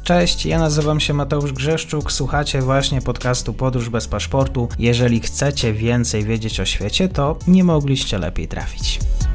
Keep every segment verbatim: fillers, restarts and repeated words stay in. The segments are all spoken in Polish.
Cześć, ja nazywam się Mateusz Grzeszczuk, słuchacie właśnie podcastu Podróż bez paszportu. Jeżeli chcecie więcej wiedzieć o świecie, to nie mogliście lepiej trafić.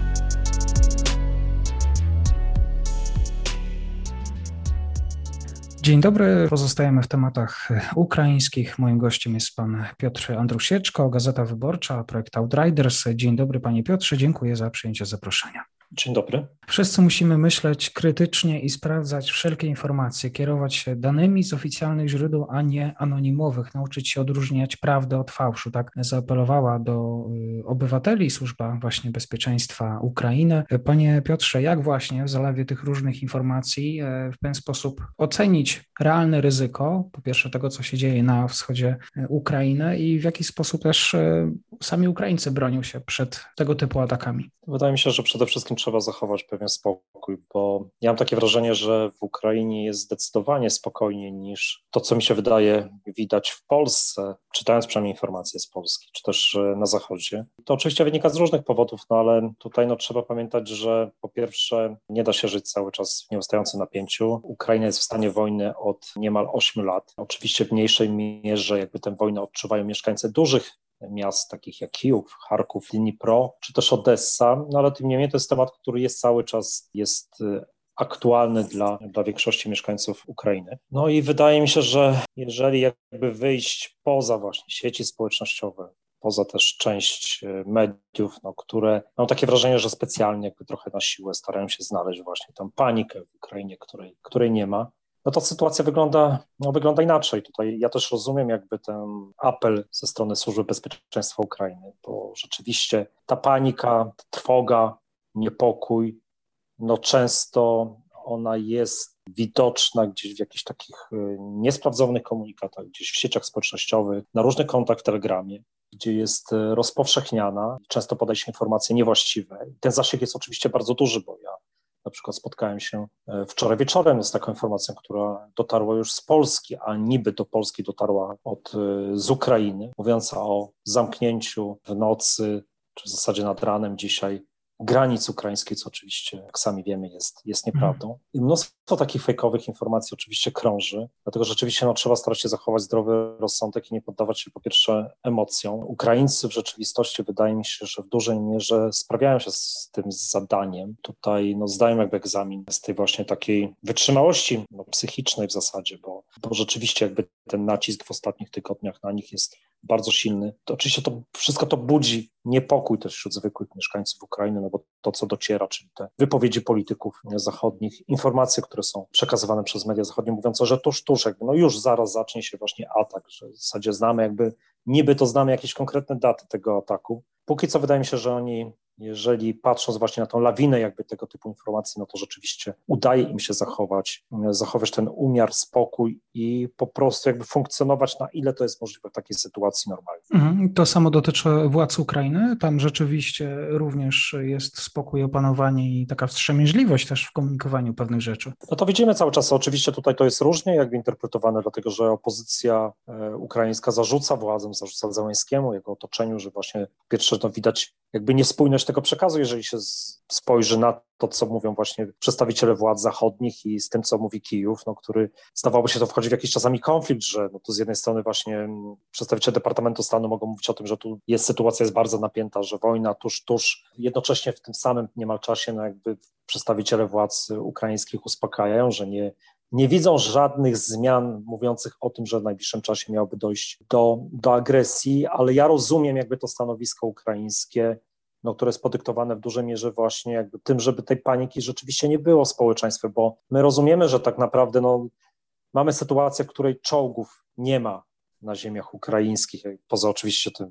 Dzień dobry, pozostajemy w tematach ukraińskich. Moim gościem jest pan Piotr Andrusieczko, Gazeta Wyborcza, projekt Outriders. Dzień dobry panie Piotrze, dziękuję za przyjęcie zaproszenia. Dzień dobry. Wszyscy musimy myśleć krytycznie i sprawdzać wszelkie informacje, kierować się danymi z oficjalnych źródeł, a nie anonimowych, nauczyć się odróżniać prawdę od fałszu. Tak zaapelowała do obywateli Służba właśnie Bezpieczeństwa Ukrainy. Panie Piotrze, jak właśnie w zalewie tych różnych informacji w ten sposób ocenić realne ryzyko, po pierwsze tego, co się dzieje na wschodzie Ukrainy i w jaki sposób też sami Ukraińcy bronią się przed tego typu atakami? Wydaje mi się, że przede wszystkim trzeba zachować pewien spokój, bo ja mam takie wrażenie, że w Ukrainie jest zdecydowanie spokojniej niż to, co mi się wydaje widać w Polsce, czytając przynajmniej informacje z Polski, czy też na Zachodzie. To oczywiście wynika z różnych powodów, no ale tutaj no, trzeba pamiętać, że po pierwsze nie da się żyć cały czas w nieustającym napięciu. Ukraina jest w stanie wojny od niemal ośmiu lat. Oczywiście w mniejszej mierze jakby tę wojnę odczuwają mieszkańcy dużych miast takich jak Kijów, Charków, Dnipro, czy też Odessa, no ale tym niemniej to jest temat, który jest cały czas jest aktualny dla, dla większości mieszkańców Ukrainy. No i wydaje mi się, że jeżeli jakby wyjść poza właśnie sieci społecznościowe, poza też część mediów, no, które mam takie wrażenie, że specjalnie jakby trochę na siłę starają się znaleźć właśnie tę panikę w Ukrainie, której, której nie ma, no to sytuacja wygląda, no wygląda inaczej. Tutaj ja też rozumiem jakby ten apel ze strony Służby Bezpieczeństwa Ukrainy, bo rzeczywiście ta panika, ta trwoga, niepokój, no często ona jest widoczna gdzieś w jakichś takich niesprawdzonych komunikatach, gdzieś w sieciach społecznościowych, na różnych kontach w Telegramie, gdzie jest rozpowszechniana, często podaje się informacje niewłaściwe. Ten zasięg jest oczywiście bardzo duży, bo ja na przykład spotkałem się wczoraj wieczorem z taką informacją, która dotarła już z Polski, a niby do Polski dotarła od, z Ukrainy, mówiąca o zamknięciu w nocy, czy w zasadzie nad ranem dzisiaj granic ukraińskiej, co oczywiście, jak sami wiemy, jest, jest nieprawdą. I mnóstwo takich fejkowych informacji oczywiście krąży, dlatego rzeczywiście no, trzeba starać się zachować zdrowy rozsądek i nie poddawać się po pierwsze emocjom. Ukraińcy w rzeczywistości wydaje mi się, że w dużej mierze sprawiają się z tym zadaniem. Tutaj no, zdają jakby egzamin z tej właśnie takiej wytrzymałości no, psychicznej w zasadzie, bo, bo rzeczywiście jakby ten nacisk w ostatnich tygodniach na nich jest bardzo silny. To oczywiście to wszystko to budzi niepokój też wśród zwykłych mieszkańców Ukrainy, no bo to, co dociera, czyli te wypowiedzi polityków zachodnich, informacje, które są przekazywane przez media zachodnie, mówiące, że tuż, tuż, jakby no już zaraz zacznie się właśnie atak, że w zasadzie znamy jakby, niby to znamy jakieś konkretne daty tego ataku. Póki co wydaje mi się, że oni, jeżeli patrząc właśnie na tą lawinę jakby tego typu informacji, no to rzeczywiście udaje im się zachować, zachować ten umiar, spokój i po prostu jakby funkcjonować na ile to jest możliwe w takiej sytuacji normalnej. To samo dotyczy władz Ukrainy. Tam rzeczywiście również jest spokój, opanowanie i taka wstrzemięźliwość też w komunikowaniu pewnych rzeczy. No to widzimy cały czas. Oczywiście tutaj to jest różnie jakby interpretowane, dlatego że opozycja ukraińska zarzuca władzom, zarzuca Zełenskiemu, jego otoczeniu, że właśnie po pierwsze to widać jakby niespójność tego przekazu, jeżeli się spojrzy na to, co mówią właśnie przedstawiciele władz zachodnich i z tym, co mówi Kijów, no, który zdawałoby się to wchodzi w jakiś czasami konflikt, że no, tu z jednej strony właśnie przedstawiciele Departamentu Stanu mogą mówić o tym, że tu jest sytuacja jest bardzo napięta, że wojna tuż, tuż, jednocześnie w tym samym niemal czasie no, jakby przedstawiciele władz ukraińskich uspokajają, że nie Nie widzą żadnych zmian mówiących o tym, że w najbliższym czasie miałoby dojść do, do agresji, ale ja rozumiem jakby to stanowisko ukraińskie, no, które jest podyktowane w dużej mierze właśnie jakby tym, żeby tej paniki rzeczywiście nie było w społeczeństwie, bo my rozumiemy, że tak naprawdę no, mamy sytuację, w której czołgów nie ma na ziemiach ukraińskich, poza oczywiście tym,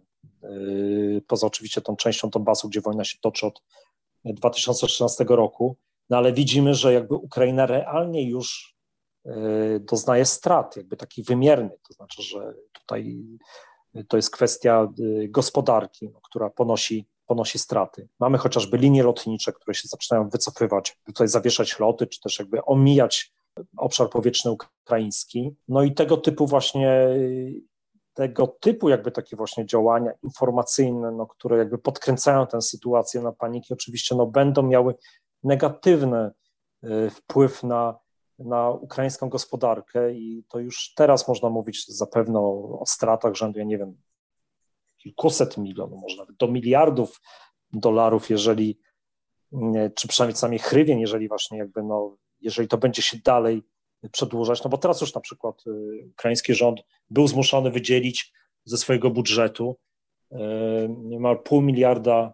yy, poza oczywiście tą częścią Donbasu, gdzie wojna się toczy od dwa tysiące trzynastego roku, no ale widzimy, że jakby Ukraina realnie już doznaje strat, jakby takich wymiernych, to znaczy, że tutaj to jest kwestia gospodarki, no, która ponosi, ponosi straty. Mamy chociażby linie lotnicze, które się zaczynają wycofywać, tutaj zawieszać loty, czy też jakby omijać obszar powietrzny ukraiński. No i tego typu właśnie, tego typu jakby takie właśnie działania informacyjne, no, które jakby podkręcają tę sytuację na paniki, oczywiście no, będą miały negatywny wpływ na na ukraińską gospodarkę i to już teraz można mówić zapewne o, o stratach rzędu, ja nie wiem, kilkuset milionów, może nawet do miliardów dolarów, jeżeli, czy przynajmniej co najmniej hrywien, jeżeli właśnie jakby, no, jeżeli to będzie się dalej przedłużać, no bo teraz już na przykład ukraiński rząd był zmuszony wydzielić ze swojego budżetu niemal pół miliarda,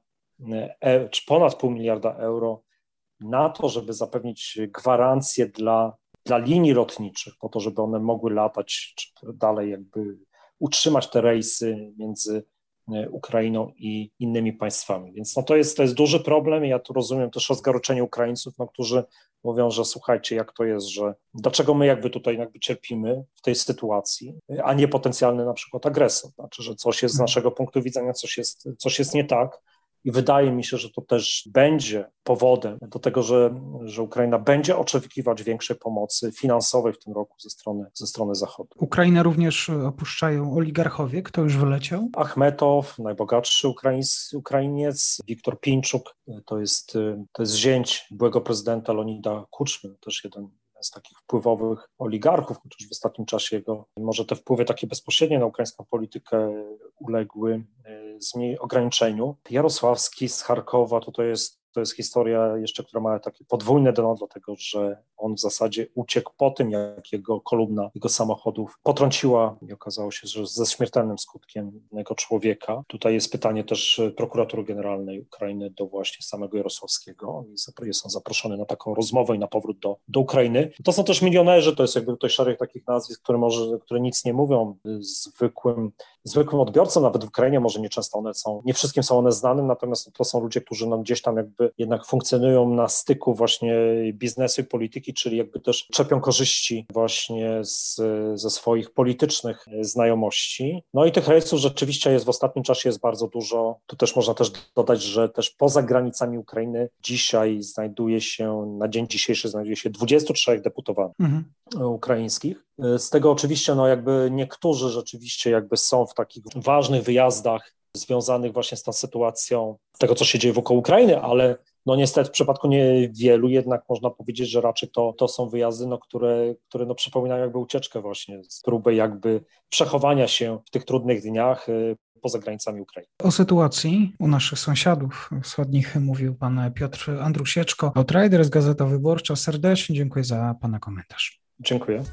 czy ponad pół miliarda euro na to, żeby zapewnić gwarancje dla, dla linii lotniczych, po to, żeby one mogły latać, czy dalej jakby utrzymać te rejsy między Ukrainą i innymi państwami. Więc no to jest, to jest duży problem i ja tu rozumiem też rozgoryczenie Ukraińców, no, którzy mówią, że słuchajcie, jak to jest, że dlaczego my jakby tutaj jakby cierpimy w tej sytuacji, a nie potencjalny na przykład agresor. Znaczy, że coś jest z naszego punktu widzenia, coś jest, coś jest nie tak. I wydaje mi się, że to też będzie powodem do tego, że, że Ukraina będzie oczekiwać większej pomocy finansowej w tym roku ze strony, ze strony Zachodu. Ukrainę również opuszczają oligarchowie. Kto już wyleciał? Achmetow, najbogatszy Ukraińc, Ukrainiec, Wiktor Pińczuk, to jest, to jest zięć byłego prezydenta Leonida Kuczmy, też jeden z takich wpływowych oligarchów, chociaż w ostatnim czasie jego, może te wpływy takie bezpośrednie na ukraińską politykę uległy zmniej ograniczeniu. Jarosławski z Charkowa, to, to jest To jest historia jeszcze, która ma takie podwójne dno, dlatego że on w zasadzie uciekł po tym, jak jego kolumna jego samochodów potrąciła i okazało się, że ze śmiertelnym skutkiem innego człowieka. Tutaj jest pytanie też prokuratury generalnej Ukrainy do właśnie samego Jarosławskiego. Jest on zaproszony na taką rozmowę i na powrót do, do Ukrainy. To są też milionerzy, to jest jakby tutaj szereg takich nazwisk, które, może, które nic nie mówią zwykłym, zwykłym odbiorcom, nawet w Ukrainie może nie często one są, nie wszystkim są one znane, natomiast to są ludzie, którzy nam gdzieś tam jakby jednak funkcjonują na styku właśnie biznesu i polityki, czyli jakby też czerpią korzyści właśnie z, ze swoich politycznych znajomości. No i tych rejsów rzeczywiście jest w ostatnim czasie jest bardzo dużo. Tu też można też dodać, że też poza granicami Ukrainy dzisiaj znajduje się, na dzień dzisiejszy znajduje się dwudziestu trzech deputowanych mhm. ukraińskich. Z tego oczywiście no jakby niektórzy rzeczywiście jakby są w takich ważnych wyjazdach związanych właśnie z tą sytuacją tego, co się dzieje wokół Ukrainy, ale no niestety w przypadku niewielu jednak można powiedzieć, że raczej to, to są wyjazdy, no, które, które no przypominają jakby ucieczkę właśnie, z próby jakby przechowania się w tych trudnych dniach poza granicami Ukrainy. O sytuacji u naszych sąsiadów wschodnich mówił pan Piotr Andrusieczko, Outrider z Gazeta Wyborcza. Serdecznie dziękuję za pana komentarz. Dziękuję.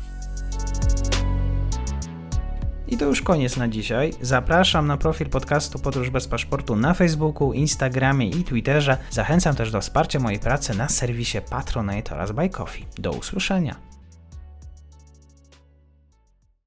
I to już koniec na dzisiaj. Zapraszam na profil podcastu Podróż bez paszportu na Facebooku, Instagramie i Twitterze. Zachęcam też do wsparcia mojej pracy na serwisie Patronite oraz Buy Coffee. Do usłyszenia.